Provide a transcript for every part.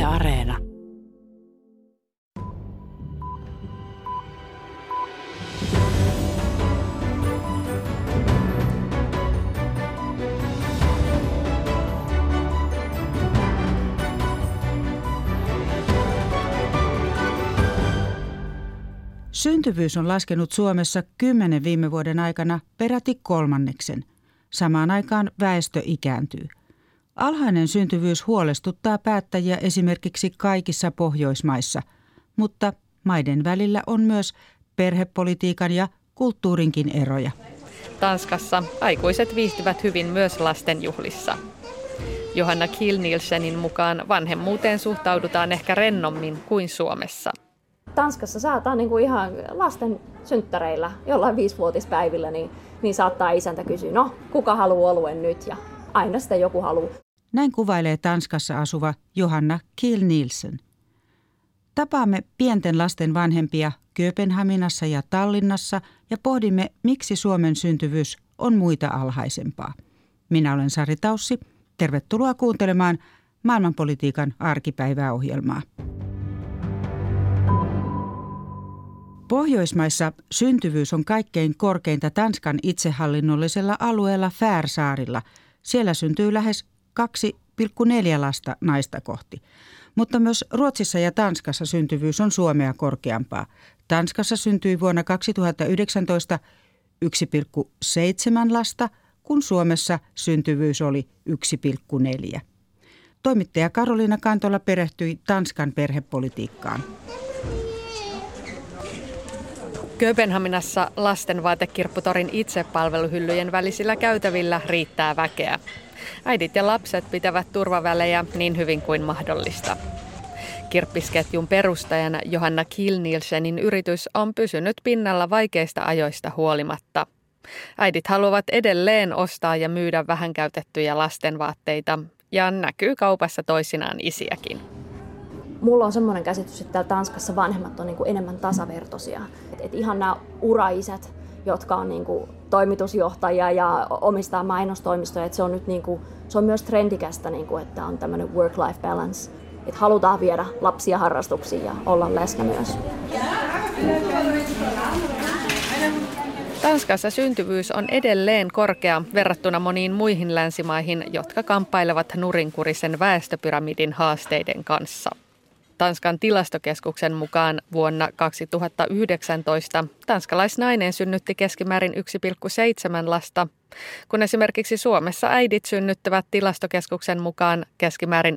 Areena. Syntyvyys on laskenut Suomessa 10 viime vuoden aikana peräti 1/3. Samaan aikaan väestö ikääntyy. Alhainen syntyvyys huolestuttaa päättäjiä esimerkiksi kaikissa Pohjoismaissa, mutta maiden välillä on myös perhepolitiikan ja kulttuurinkin eroja. Tanskassa aikuiset viihtyvät hyvin myös lastenjuhlissa. Johanna Kiel-Nielsenin mukaan vanhemmuuteen suhtaudutaan ehkä rennommin kuin Suomessa. Tanskassa saattaa ihan lasten synttäreillä, jollain 5-vuotispäivillä, niin saattaa isäntä kysyä, no kuka haluaa oluen nyt, ja aina sitä joku haluaa. Näin kuvailee Tanskassa asuva Johanna Kiel-Nielsen. Tapaamme pienten lasten vanhempia Kööpenhaminassa ja Tallinnassa ja pohdimme, miksi Suomen syntyvyys on muita alhaisempaa. Minä olen Sari Taussi. Tervetuloa kuuntelemaan maailmanpolitiikan arkipäiväohjelmaa. Pohjoismaissa syntyvyys on kaikkein korkeinta Tanskan itsehallinnollisella alueella Färsaarilla. Siellä syntyy lähes 2,4 lasta naista kohti. Mutta myös Ruotsissa ja Tanskassa syntyvyys on Suomea korkeampaa. Tanskassa syntyi vuonna 2019 1,7 lasta, kun Suomessa syntyvyys oli 1,4. Toimittaja Karoliina Kantola perehtyi Tanskan perhepolitiikkaan. Kööpenhaminassa lastenvaatekirpputorin itsepalveluhyllyjen välisillä käytävillä riittää väkeä. Äidit ja lapset pitävät turvavälejä niin hyvin kuin mahdollista. Kirppisketjun perustajana Johanna Kiel-Nielsenin yritys on pysynyt pinnalla vaikeista ajoista huolimatta. Äidit haluavat edelleen ostaa ja myydä vähän käytettyjä lastenvaatteita ja näkyy kaupassa toisinaan isiäkin. Mulla on semmoinen käsitys, että täällä Tanskassa vanhemmat on enemmän tasavertoisia. Et ihan nämä uraisät, jotka on toimitusjohtajia ja omistaa mainostoimistoja, että se on nyt se on myös trendikästä, että on tämmöinen work-life balance. Että halutaan viedä lapsia harrastuksiin ja olla läsnä myös. Tanskassa syntyvyys on edelleen korkea verrattuna moniin muihin länsimaihin, jotka kamppailevat nurinkurisen väestöpyramidin haasteiden kanssa. Tanskan tilastokeskuksen mukaan vuonna 2019 tanskalaisnainen synnytti keskimäärin 1,7 lasta, kun esimerkiksi Suomessa äidit synnyttävät tilastokeskuksen mukaan keskimäärin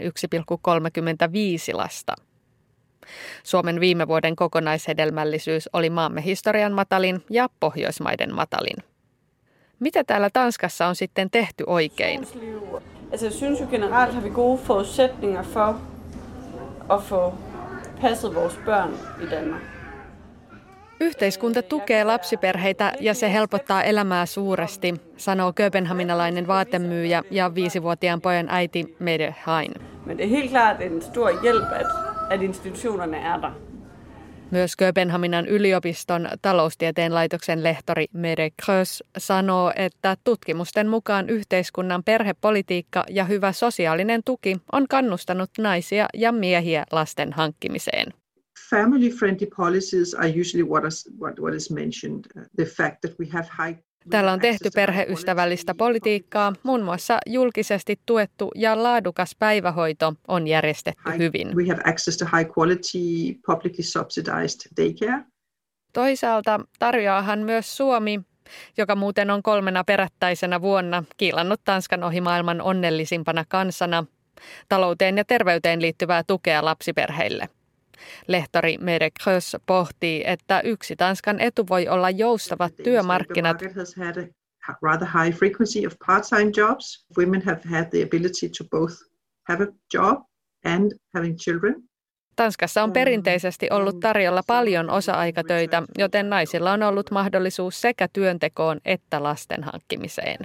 1,35 lasta. Suomen viime vuoden kokonaishedelmällisyys oli maamme historian matalin ja Pohjoismaiden matalin. Mitä täällä Tanskassa on sitten tehty oikein? Altså, jeg synes jo generelt har vi gode forudsætninger for at få passet vores børn i Danmark. Yhteiskunta tukee lapsiperheitä ja se helpottaa elämää suuresti, sanoo kööpenhaminalainen vaatemyyjä ja 5-vuotiaan pojan äiti Mette Hein. Men det er helt klart en stor hjælp, at institutionerne er der. Myös Kööpenhaminan yliopiston taloustieteen laitoksen lehtori Mette Krös sanoo, että tutkimusten mukaan yhteiskunnan perhepolitiikka ja hyvä sosiaalinen tuki on kannustanut naisia ja miehiä lasten hankkimiseen. Family-friendly policies are usually what is mentioned. The fact that we have high. Täällä on tehty perheystävällistä politiikkaa, muun muassa julkisesti tuettu ja laadukas päivähoito on järjestetty hyvin. We have access to high quality, publicly subsidized daycare. Toisaalta tarjoaahan myös Suomi, joka muuten on 3 perättäisenä vuonna kiilannut Tanskan ohi maailman onnellisimpana kansana, talouteen ja terveyteen liittyvää tukea lapsiperheille. Lehtori Mette Krös pohtii, että yksi Tanskan etu voi olla joustavat työmarkkinat. Rather high frequency of part-time jobs. Women have had the ability to both have a job and having children. Tanskassa on perinteisesti ollut tarjolla paljon osa-aikatöitä, joten naisilla on ollut mahdollisuus sekä työntekoon että lasten hankkimiseen.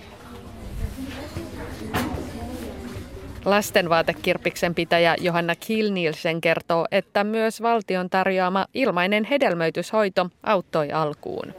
Lastenvaatekirppiksen pitäjä Johanna Kiel-Nielsen kertoo, että myös valtion tarjoama ilmainen hedelmöityshoito auttoi alkuun.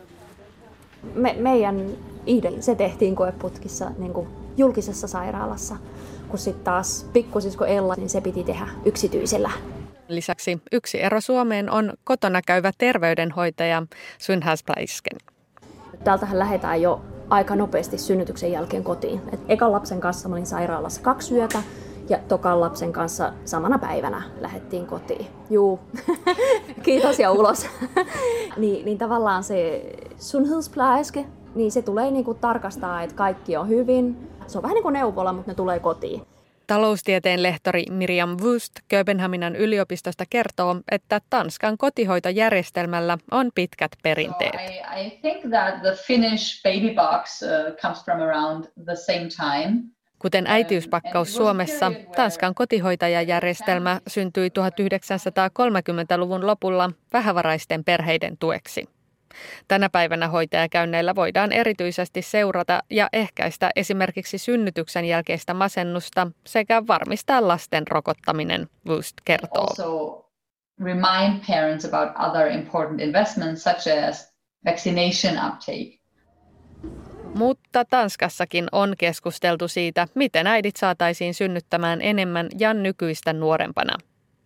Meidän se tehtiin koeputkissa julkisessa sairaalassa. kun sitten taas pikkusisko Ella, niin se piti tehdä yksityisellä. Lisäksi yksi ero Suomeen on kotona käyvä terveydenhoitaja Synhäspläisken. Täältähän lähdetään jo aika nopeasti synnytyksen jälkeen kotiin. Ekan lapsen kanssa mä olin sairaalassa 2 yötä ja tokan lapsen kanssa samana päivänä lähdettiin kotiin. Juu, kiitos ja ulos. niin tavallaan se sundhedsplejerske, niin se tulee niinku tarkastaa, että kaikki on hyvin. Se on vähän niin kuin neuvola, mutta ne tulee kotiin. Taloustieteen lehtori Miriam Wust Kööpenhaminan yliopistosta kertoo, että Tanskan kotihoitojärjestelmällä on pitkät perinteet. I think that the Finnish baby box comes from around the same time. Kuten äitiyspakkaus Suomessa, Tanskan kotihoitajajärjestelmä syntyi 1930-luvun lopulla vähävaraisten perheiden tueksi. Tänä päivänä hoitajakäynneillä voidaan erityisesti seurata ja ehkäistä esimerkiksi synnytyksen jälkeistä masennusta sekä varmistaa lasten rokottaminen, Wust kertoo. Also remind parents about other important investments such as vaccination uptake. Mutta Tanskassakin on keskusteltu siitä, miten äidit saataisiin synnyttämään enemmän ja nykyistä nuorempana.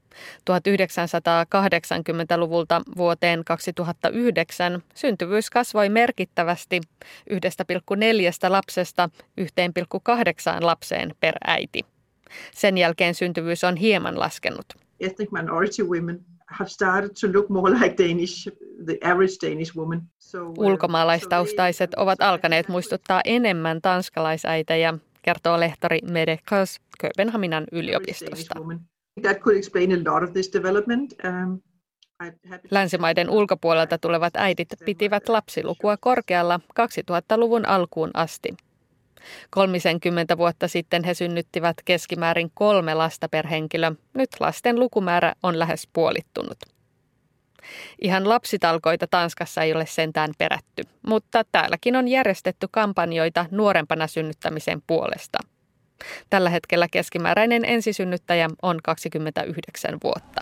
1980-luvulta vuoteen 2009 syntyvyys kasvoi merkittävästi 1,4 lapsesta 1,8 lapseen per äiti. Sen jälkeen syntyvyys on hieman laskenut. Ethnic minority women have started to look more like Danish, the average Danish woman. Ulkomaalaistaustaiset ovat alkaneet muistuttaa enemmän tanskalaisäitejä, kertoo lehtori Mette Koss Kööpenhaminan yliopistosta. That could explain a lot of this development. Länsimaiden ulkopuolelta tulevat äidit pitivät lapsilukua korkealla 2000-luvun alkuun asti. 30 vuotta sitten he synnyttivät keskimäärin 3 lasta per henkilö. Nyt lasten lukumäärä on lähes puolittunut. Ihan lapsitalkoita Tanskassa ei ole sentään perätty, mutta täälläkin on järjestetty kampanjoita nuorempana synnyttämisen puolesta. Tällä hetkellä keskimääräinen ensisynnyttäjä on 29 vuotta.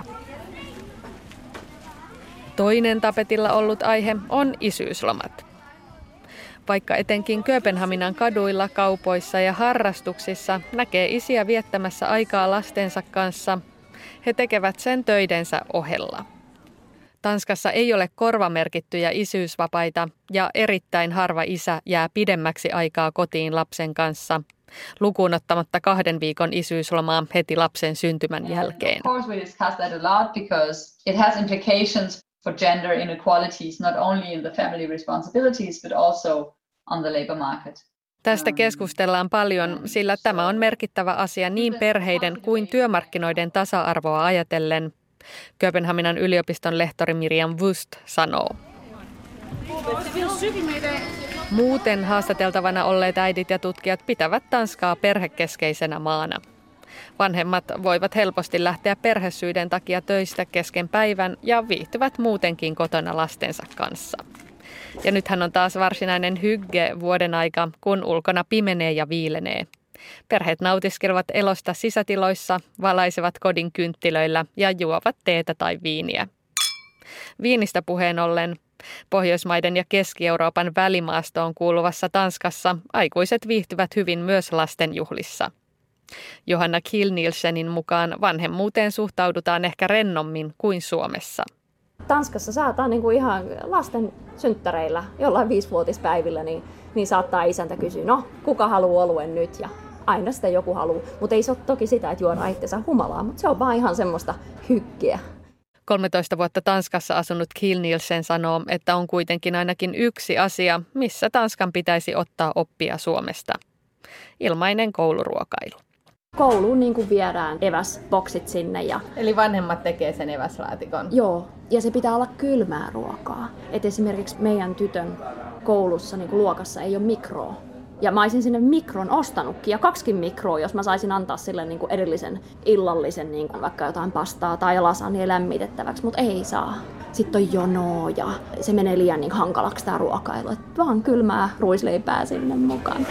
Toinen tapetilla ollut aihe on isyyslomat. Vaikka etenkin Kööpenhaminan kaduilla, kaupoissa ja harrastuksissa näkee isiä viettämässä aikaa lastensa kanssa, he tekevät sen töidensä ohella. Tanskassa ei ole korvamerkittyjä isyysvapaita ja erittäin harva isä jää pidemmäksi aikaa kotiin lapsen kanssa, lukuun ottamatta 2 viikon isyyslomaa heti lapsen syntymän jälkeen. Of course we discuss that a lot because it has implications for gender inequalities not only in the family responsibilities but also on the labor market. Tästä keskustellaan paljon, sillä tämä on merkittävä asia niin perheiden kuin työmarkkinoiden tasa-arvoa ajatellen, Kööpenhaminan yliopiston lehtori Miriam Wust sanoo. Muuten haastateltavana olleet äidit ja tutkijat pitävät Tanskaa perhekeskeisenä maana. Vanhemmat voivat helposti lähteä perhesyiden takia töistä kesken päivän ja viihtyvät muutenkin kotona lastensa kanssa. Ja nythän on taas varsinainen hygge vuoden aika, kun ulkona pimenee ja viilenee. Perheet nautiskelevat elosta sisätiloissa, valaisevat kodin kynttilöillä ja juovat teetä tai viiniä. Viinistä puheen ollen, Pohjoismaiden ja Keski-Euroopan välimaastoon kuuluvassa Tanskassa aikuiset viihtyvät hyvin myös lastenjuhlissa. Johanna Kiel-Nielsenin mukaan vanhemmuuteen suhtaudutaan ehkä rennommin kuin Suomessa. Tanskassa saattaa niinku ihan lasten synttäreillä, jollain 5-vuotispäivillä, niin saattaa isäntä kysyä, no kuka haluaa oluen nyt, ja aina sitä joku haluaa. Mutta ei se ole toki sitä, että juodaan itsensä humalaa, mutta se on vaan ihan semmoista hykkeä. 13 vuotta Tanskassa asunut Kiel-Nielsen sanoo, että on kuitenkin ainakin yksi asia, missä Tanskan pitäisi ottaa oppia Suomesta. Ilmainen kouluruokailu. Kouluun niin kuin viedään eväsboksit sinne. Eli vanhemmat tekee sen eväslaatikon? Joo, ja se pitää olla kylmää ruokaa. Et esimerkiksi meidän tytön koulussa niin kuin luokassa ei ole mikroa. Ja mä olisin sinne mikron ostanutkin, ja 2 mikroa, jos mä saisin antaa sille niin kuin edellisen illallisen, niin kuin vaikka jotain pastaa tai lasagne lämmitettäväksi, mutta ei saa. Sitten on jonoa ja se menee liian niin hankalaksi tämä ruokailu, että vaan kylmää ruisleipää sinne mukaan.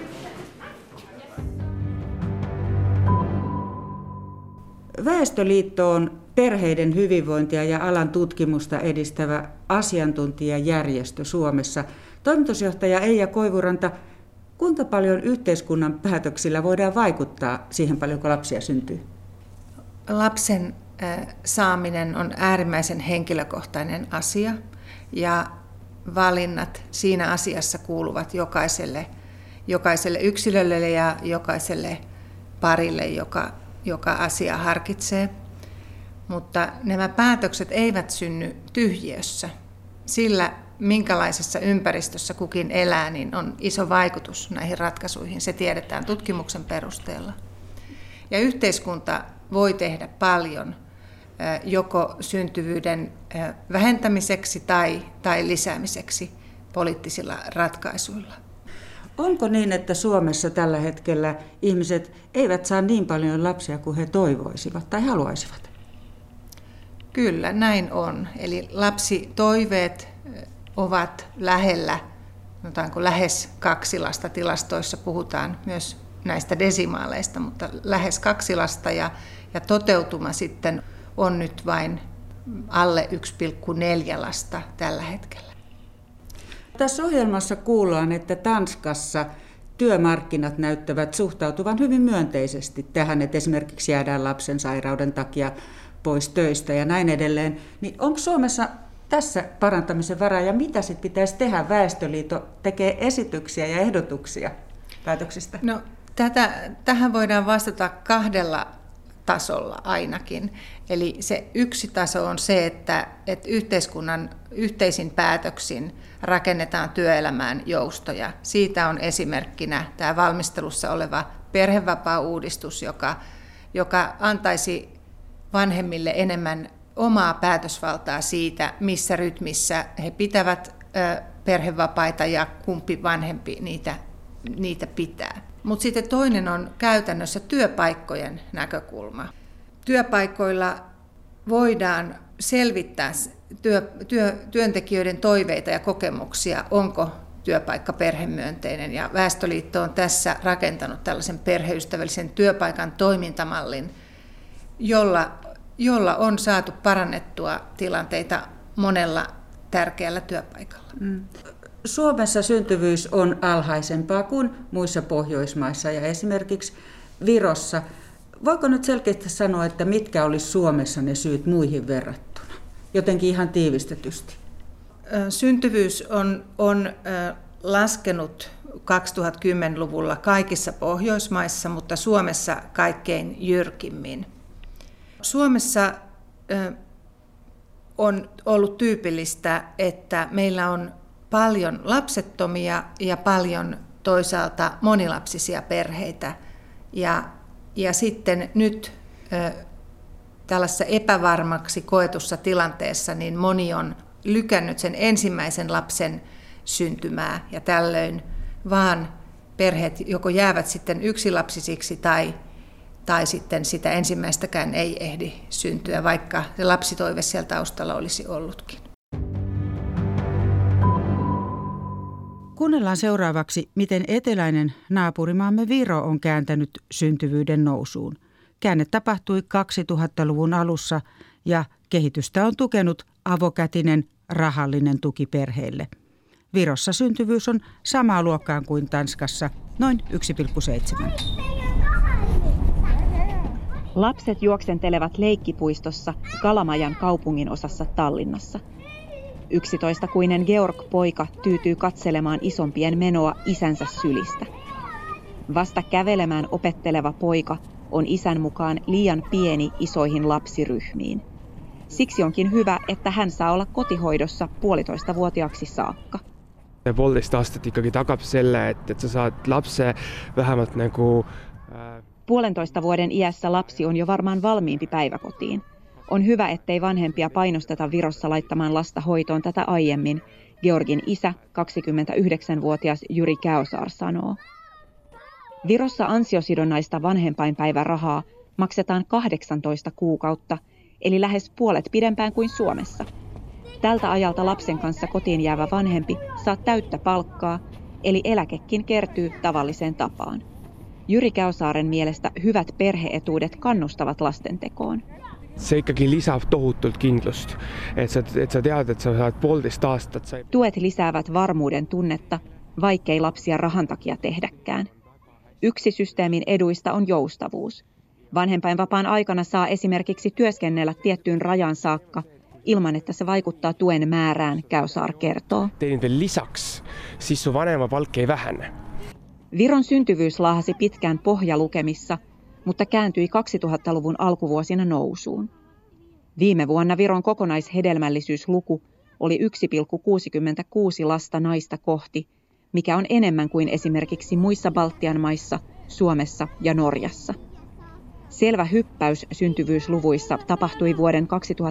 Väestöliitto on perheiden hyvinvointia ja alan tutkimusta edistävä asiantuntijajärjestö Suomessa. Toimitusjohtaja Eija Koivuranta, Kuinka paljon yhteiskunnan päätöksillä voidaan vaikuttaa siihen, paljonko lapsia syntyy? Lapsen saaminen on äärimmäisen henkilökohtainen asia ja valinnat siinä asiassa kuuluvat jokaiselle yksilölle ja jokaiselle parille, joka asiaa harkitsee. Mutta nämä päätökset eivät synny tyhjiössä. Sillä minkälaisessa ympäristössä kukin elää, niin on iso vaikutus näihin ratkaisuihin. Se tiedetään tutkimuksen perusteella. Ja yhteiskunta voi tehdä paljon joko syntyvyyden vähentämiseksi tai lisäämiseksi poliittisilla ratkaisuilla. Onko niin, että Suomessa tällä hetkellä ihmiset eivät saa niin paljon lapsia kuin he toivoisivat tai haluaisivat? Kyllä, näin on. Eli lapsitoiveet ovat lähellä, sanotaanko lähes 2 lasta. Tilastoissa puhutaan myös näistä desimaaleista, mutta lähes 2 lasta ja toteutuma sitten on nyt vain alle 1,4 lasta tällä hetkellä. Tässä ohjelmassa kuullaan, että Tanskassa työmarkkinat näyttävät suhtautuvan hyvin myönteisesti tähän, että esimerkiksi jäädään lapsen sairauden takia pois töistä ja näin edelleen. Niin onko Suomessa tässä parantamisen varaa ja mitä sitten pitäisi tehdä? Väestöliitto tekee esityksiä ja ehdotuksia päätöksistä. No, tähän voidaan vastata 2 tasolla ainakin. Eli se yksi taso on se, että yhteiskunnan yhteisin päätöksin rakennetaan työelämään joustoja. Siitä on esimerkkinä tämä valmistelussa oleva perhevapaa-uudistus, joka antaisi vanhemmille enemmän omaa päätösvaltaa siitä, missä rytmissä he pitävät perhevapaita ja kumpi vanhempi niitä pitää. Mutta sitten toinen on käytännössä työpaikkojen näkökulma. Työpaikoilla voidaan selvittää työntekijöiden toiveita ja kokemuksia, onko työpaikka perhemyönteinen. Ja Väestöliitto on tässä rakentanut tällaisen perheystävällisen työpaikan toimintamallin, jolla on saatu parannettua tilanteita monella tärkeällä työpaikalla. Suomessa syntyvyys on alhaisempaa kuin muissa Pohjoismaissa ja esimerkiksi Virossa. Voiko nyt selkeästi sanoa, että mitkä olisi Suomessa ne syyt muihin verrattuna? Jotenkin ihan tiivistetysti. Syntyvyys on laskenut 2010-luvulla kaikissa Pohjoismaissa, mutta Suomessa kaikkein jyrkimmin. Suomessa on ollut tyypillistä, että meillä on paljon lapsettomia ja paljon toisaalta monilapsisia perheitä. Ja sitten nyt tällaisessa epävarmaksi koetussa tilanteessa niin moni on lykännyt sen ensimmäisen lapsen syntymää ja tällöin vaan perheet joko jäävät sitten yksilapsisiksi tai sitten sitä ensimmäistäkään ei ehdi syntyä, vaikka se lapsitoive siellä taustalla olisi ollutkin. Kuunnellaan seuraavaksi, miten eteläinen naapurimaamme Viro on kääntänyt syntyvyyden nousuun. Käänne tapahtui 2000-luvun alussa ja kehitystä on tukenut avokätinen rahallinen tuki perheille. Virossa syntyvyys on samaa luokkaan kuin Tanskassa, noin 1,7. Lapset juoksentelevat leikkipuistossa Kalamajan kaupungin osassa Tallinnassa. 11-kuinen Georg-poika tyytyy katselemaan isompien menoa isänsä sylistä. Vasta kävelemään opetteleva poika on isän mukaan liian pieni isoihin lapsiryhmiin. Siksi onkin hyvä, että hän saa olla kotihoidossa 1,5-vuotiaaksi saakka. 1,5 aastat ikkagi tagab selle, että sä saat lapse vähemmät niinku... 1,5 vuoden iässä lapsi on jo varmaan valmiimpi päiväkotiin. On hyvä, ettei vanhempia painosteta Virossa laittamaan lasta hoitoon tätä aiemmin, Georgin isä, 29-vuotias Jyri Käosaar sanoo. Virossa ansiosidonnaista vanhempainpäivärahaa maksetaan 18 kuukautta, eli lähes puolet pidempään kuin Suomessa. Tältä ajalta lapsen kanssa kotiin jäävä vanhempi saa täyttä palkkaa, eli eläkekin kertyy tavalliseen tapaan. Jyri Käosaaren mielestä hyvät perheetuudet kannustavat lastentekoon. Se ikkagi lisää tohutult kindlust, että sä tiedät, että sä saat 1,5 aastat. Tuet lisäävät varmuuden tunnetta vaikkei lapsia rahan takia tehdäkään. Yksi systeemin eduista on joustavuus. Vanhempainvapaan aikana saa esimerkiksi työskennellä tiettyyn rajaan saakka ilman, että se vaikuttaa tuen määrään, Käosaar kertoo. Tein lisäksi, siis sun vanhempapalkka ei vähennä. Viron syntyvyys laahasi pitkään pohjalukemissa, mutta kääntyi 2000-luvun alkuvuosina nousuun. Viime vuonna Viron kokonaishedelmällisyysluku oli 1,66 lasta naista kohti, mikä on enemmän kuin esimerkiksi muissa Baltian maissa, Suomessa ja Norjassa. Selvä hyppäys syntyvyysluvuissa tapahtui vuoden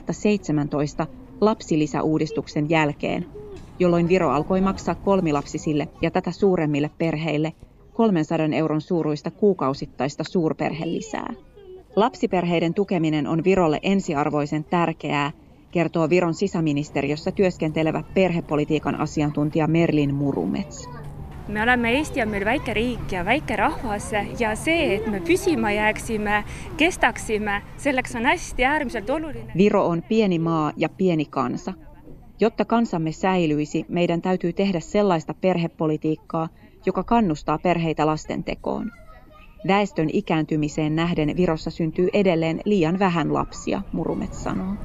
2017 lapsilisäuudistuksen jälkeen, jolloin Viro alkoi maksaa kolmilapsisille ja tätä suuremmille perheille 300 euron suuruista kuukausittaista suurperhelisää. Lapsiperheiden tukeminen on Virolle ensiarvoisen tärkeää, kertoo Viron sisäministeriössä työskentelevä perhepolitiikan asiantuntija Merlin Murumets. Me oleme Eesti on meil väike riik ja väike rahvas ja see, että me püsima jääksime, kestaksime, selleks on hästi äärmiselt oluline. Viro on pieni maa ja pieni kansa. Jotta kansamme säilyisi, meidän täytyy tehdä sellaista perhepolitiikkaa, joka kannustaa perheitä lastentekoon. Väestön ikääntymiseen nähden Virossa syntyy edelleen liian vähän lapsia, Murumets sanoo.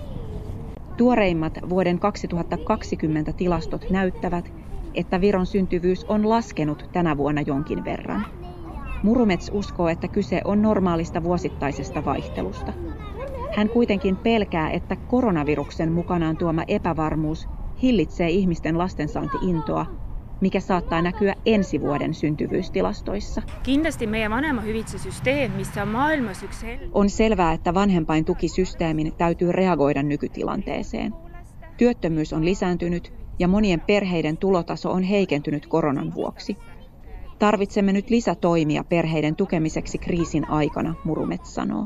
Tuoreimmat vuoden 2020 tilastot näyttävät, että Viron syntyvyys on laskenut tänä vuonna jonkin verran. Murumets uskoo, että kyse on normaalista vuosittaisesta vaihtelusta. Hän kuitenkin pelkää, että koronaviruksen mukanaan tuoma epävarmuus hillitsee ihmisten lastensaanti-intoa, mikä saattaa näkyä ensi vuoden syntyvyystilastoissa. Kindlasti meie vanemahüvitise systeem, missä on maailmassa yksi On selvää, että vanhempaintukisysteemin täytyy reagoida nykytilanteeseen. Työttömyys on lisääntynyt ja monien perheiden tulotaso on heikentynyt koronan vuoksi. Tarvitsemme nyt lisätoimia perheiden tukemiseksi kriisin aikana, Murumets sanoo.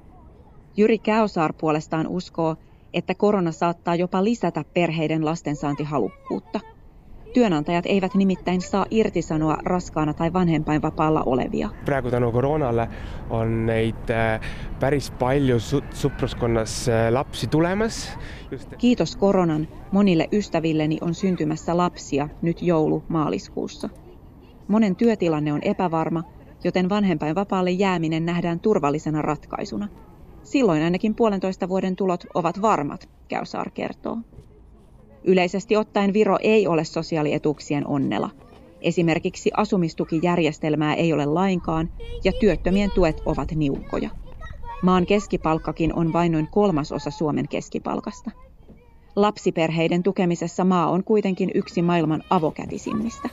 Jyri Käosaar puolestaan uskoo, että korona saattaa jopa lisätä perheiden lastensaantihalukkuutta. Työnantajat eivät nimittäin saa irtisanoa raskaana tai vanhempainvapaalla olevia. Praegu tänu koronalle on neid päris palju supruskonnas lapsi tulemas. Kiitos koronan, monille ystävilleni on syntymässä lapsia nyt joulu-maaliskuussa. Monen työtilanne on epävarma, joten vanhempainvapaalle jääminen nähdään turvallisena ratkaisuna. Silloin ainakin 1,5 vuoden tulot ovat varmat, Käosaar kertoo. Yleisesti ottaen Viro ei ole sosiaalietuuksien onnela. Esimerkiksi asumistukijärjestelmää ei ole lainkaan ja työttömien tuet ovat niukkoja. Maan keskipalkkakin on vain noin 1/3 Suomen keskipalkasta. Lapsiperheiden tukemisessa maa on kuitenkin yksi maailman avokätisimmistä.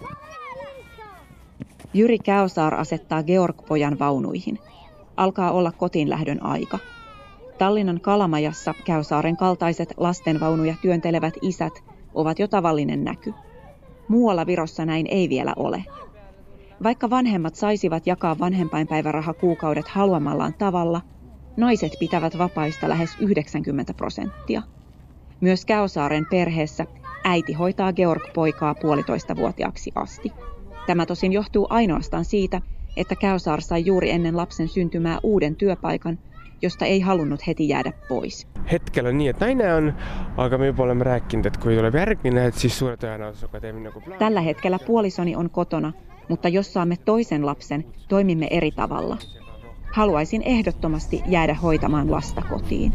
Jyri Käosaar asettaa Georg-pojan vaunuihin. Alkaa olla kotiinlähdön aika. Tallinnan Kalamajassa Käosaaren kaltaiset lastenvaunuja työntelevät isät ovat jo tavallinen näky. Muualla Virossa näin ei vielä ole. Vaikka vanhemmat saisivat jakaa vanhempainpäivärahakuukaudet haluamallaan tavalla, naiset pitävät vapaista lähes 90%. Myös Käosaaren perheessä äiti hoitaa Georg-poikaa 1,5-vuotiaaksi asti. Tämä tosin johtuu ainoastaan siitä, että Käosaar sai juuri ennen lapsen syntymää uuden työpaikan, josta ei halunnut heti jäädä pois. Hetkellä on niin, että nainen on, aga me olemme rääkinyt, että kun tulee järgminen, että siis suuri tõenäosuus teemme niin kuin Tällä hetkellä puolisoni on kotona, mutta jos saamme toisen lapsen, toimimme eri tavalla. Haluaisin ehdottomasti jäädä hoitamaan lasta kotiin.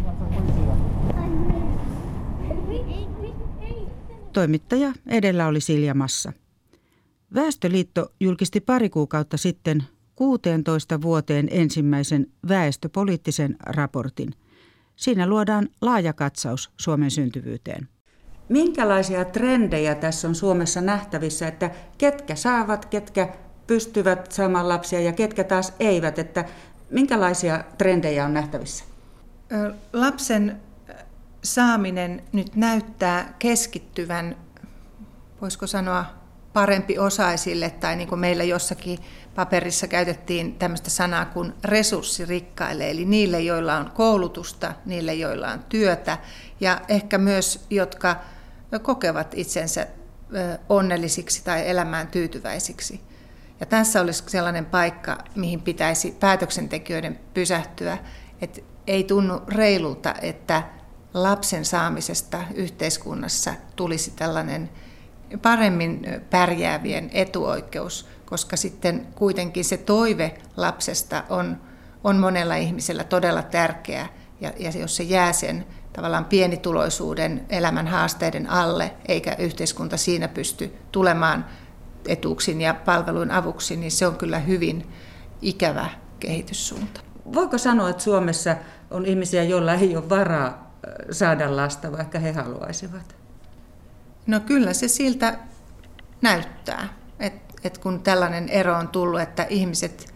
Toimittaja edellä oli Silja Massa. Väestöliitto julkisti pari kuukautta sitten 16 vuoteen ensimmäisen väestöpoliittisen raportin. Siinä luodaan laaja katsaus Suomen syntyvyyteen. Minkälaisia trendejä tässä on Suomessa nähtävissä, että ketkä saavat, ketkä pystyvät saamaan lapsia ja ketkä taas eivät, että minkälaisia trendejä on nähtävissä? Lapsen saaminen nyt näyttää keskittyvän, voisiko sanoa, parempi osaisille, tai niin kuin meillä jossakin paperissa käytettiin tämmöistä sanaa kuin resurssirikkaille, eli niille, joilla on koulutusta, niille, joilla on työtä, ja ehkä myös, jotka kokevat itsensä onnellisiksi tai elämään tyytyväisiksi. Ja tässä olisi sellainen paikka, mihin pitäisi päätöksentekijöiden pysähtyä, että ei tunnu reilulta, että lapsen saamisesta yhteiskunnassa tulisi tällainen paremmin pärjäävien etuoikeus, koska sitten kuitenkin se toive lapsesta on monella ihmisellä todella tärkeä. Ja jos se jää sen tavallaan pienituloisuuden elämän haasteiden alle, eikä yhteiskunta siinä pysty tulemaan etuuksin ja palveluin avuksi, niin se on kyllä hyvin ikävä kehityssuunta. Voiko sanoa, että Suomessa on ihmisiä, joilla ei ole varaa saada lasta, vaikka he haluaisivat? No kyllä se siltä näyttää, että kun tällainen ero on tullut, että ihmiset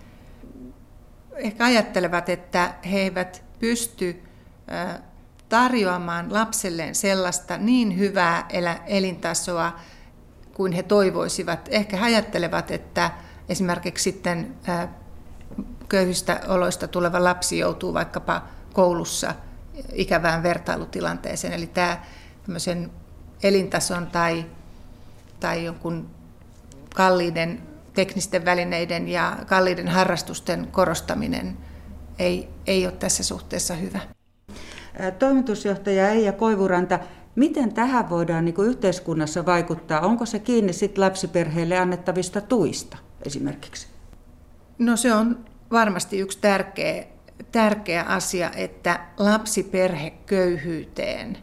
ehkä ajattelevat, että he eivät pysty tarjoamaan lapselleen sellaista niin hyvää elintasoa kuin he toivoisivat. Ehkä he ajattelevat, että esimerkiksi sitten köyhistä oloista tuleva lapsi joutuu vaikkapa koulussa ikävään vertailutilanteeseen. Eli tämä tämmöisen elintason tai jonkun kalliiden teknisten välineiden ja kalliiden harrastusten korostaminen ei ole tässä suhteessa hyvä. Toimitusjohtaja Eija Koivuranta, miten tähän voidaan yhteiskunnassa vaikuttaa? Onko se kiinni sit lapsiperheille annettavista tuista esimerkiksi? No se on varmasti yksi tärkeä asia, että lapsiperheköyhyyteen,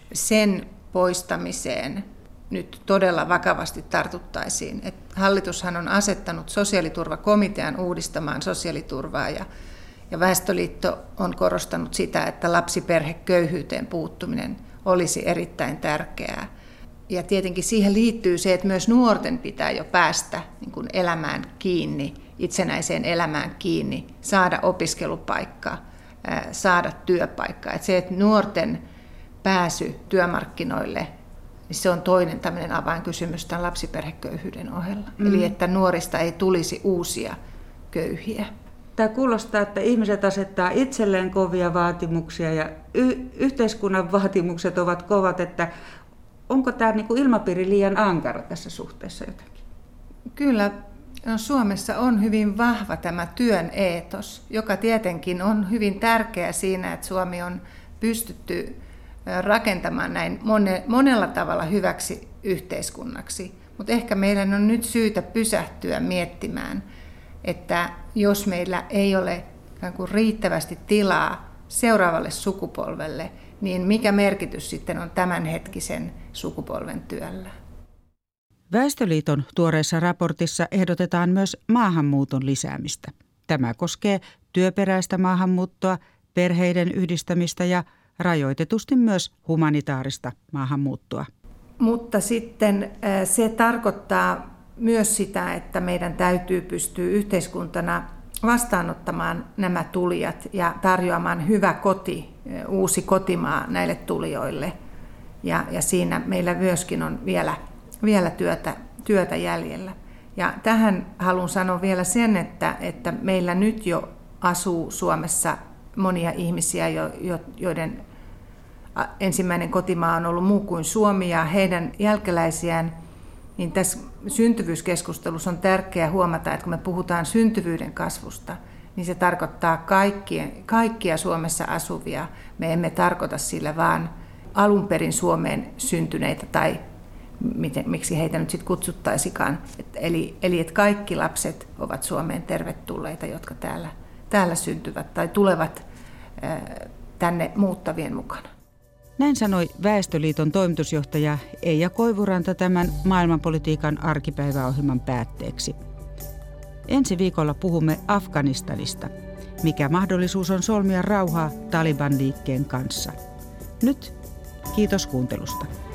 sen poistamiseen nyt todella vakavasti tartuttaisiin. Hallitushan on asettanut sosiaaliturvakomitean uudistamaan sosiaaliturvaa ja Väestöliitto on korostanut sitä, että lapsiperheköyhyyteen puuttuminen olisi erittäin tärkeää. Ja tietenkin siihen liittyy se, että myös nuorten pitää jo päästä niin kuin elämään kiinni, itsenäiseen elämään kiinni, saada opiskelupaikka, saada työpaikka. Että se, että nuorten pääsy työmarkkinoille, niin se on toinen tämmöinen avainkysymys tämän lapsiperheköyhyyden ohella. Eli että nuorista ei tulisi uusia köyhiä. Tämä kuulostaa, että ihmiset asettaa itselleen kovia vaatimuksia ja yhteiskunnan vaatimukset ovat kovat, että onko tämä ilmapiiri liian ankara tässä suhteessa jotenkin? Kyllä, Suomessa on hyvin vahva tämä työn eetos, joka tietenkin on hyvin tärkeä siinä, että Suomi on pystytty rakentamaan näin monella tavalla hyväksi yhteiskunnaksi. Mutta ehkä meidän on nyt syytä pysähtyä miettimään, että jos meillä ei ole riittävästi tilaa seuraavalle sukupolvelle, niin mikä merkitys sitten on tämänhetkisen sukupolven työllä? Väestöliiton tuoreessa raportissa ehdotetaan myös maahanmuuton lisäämistä. Tämä koskee työperäistä maahanmuuttoa, perheiden yhdistämistä ja rajoitetusti myös humanitaarista maahanmuuttoa. Mutta sitten se tarkoittaa myös sitä, että meidän täytyy pystyä yhteiskuntana vastaanottamaan nämä tulijat ja tarjoamaan hyvä koti, uusi kotimaa näille tulijoille. Ja siinä meillä myöskin on vielä työtä jäljellä. Ja tähän haluan sanoa vielä sen, että meillä nyt jo asuu Suomessa monia ihmisiä, joiden ensimmäinen kotimaa on ollut muu kuin Suomi ja heidän jälkeläisiään. Niin tässä syntyvyyskeskustelussa on tärkeää huomata, että kun me puhutaan syntyvyyden kasvusta, niin se tarkoittaa kaikkia Suomessa asuvia. Me emme tarkoita sillä vaan alun perin Suomeen syntyneitä tai miksi heitä nyt sitten kutsuttaisikaan. Eli että kaikki lapset ovat Suomeen tervetulleita, jotka täällä syntyvät tai tulevat tänne muuttavien mukana. Näin sanoi Väestöliiton toimitusjohtaja Eija Koivuranta tämän maailmanpolitiikan arkipäiväohjelman päätteeksi. Ensi viikolla puhumme Afganistanista. Mikä mahdollisuus on solmia rauhaa Taliban-liikkeen kanssa? Nyt kiitos kuuntelusta.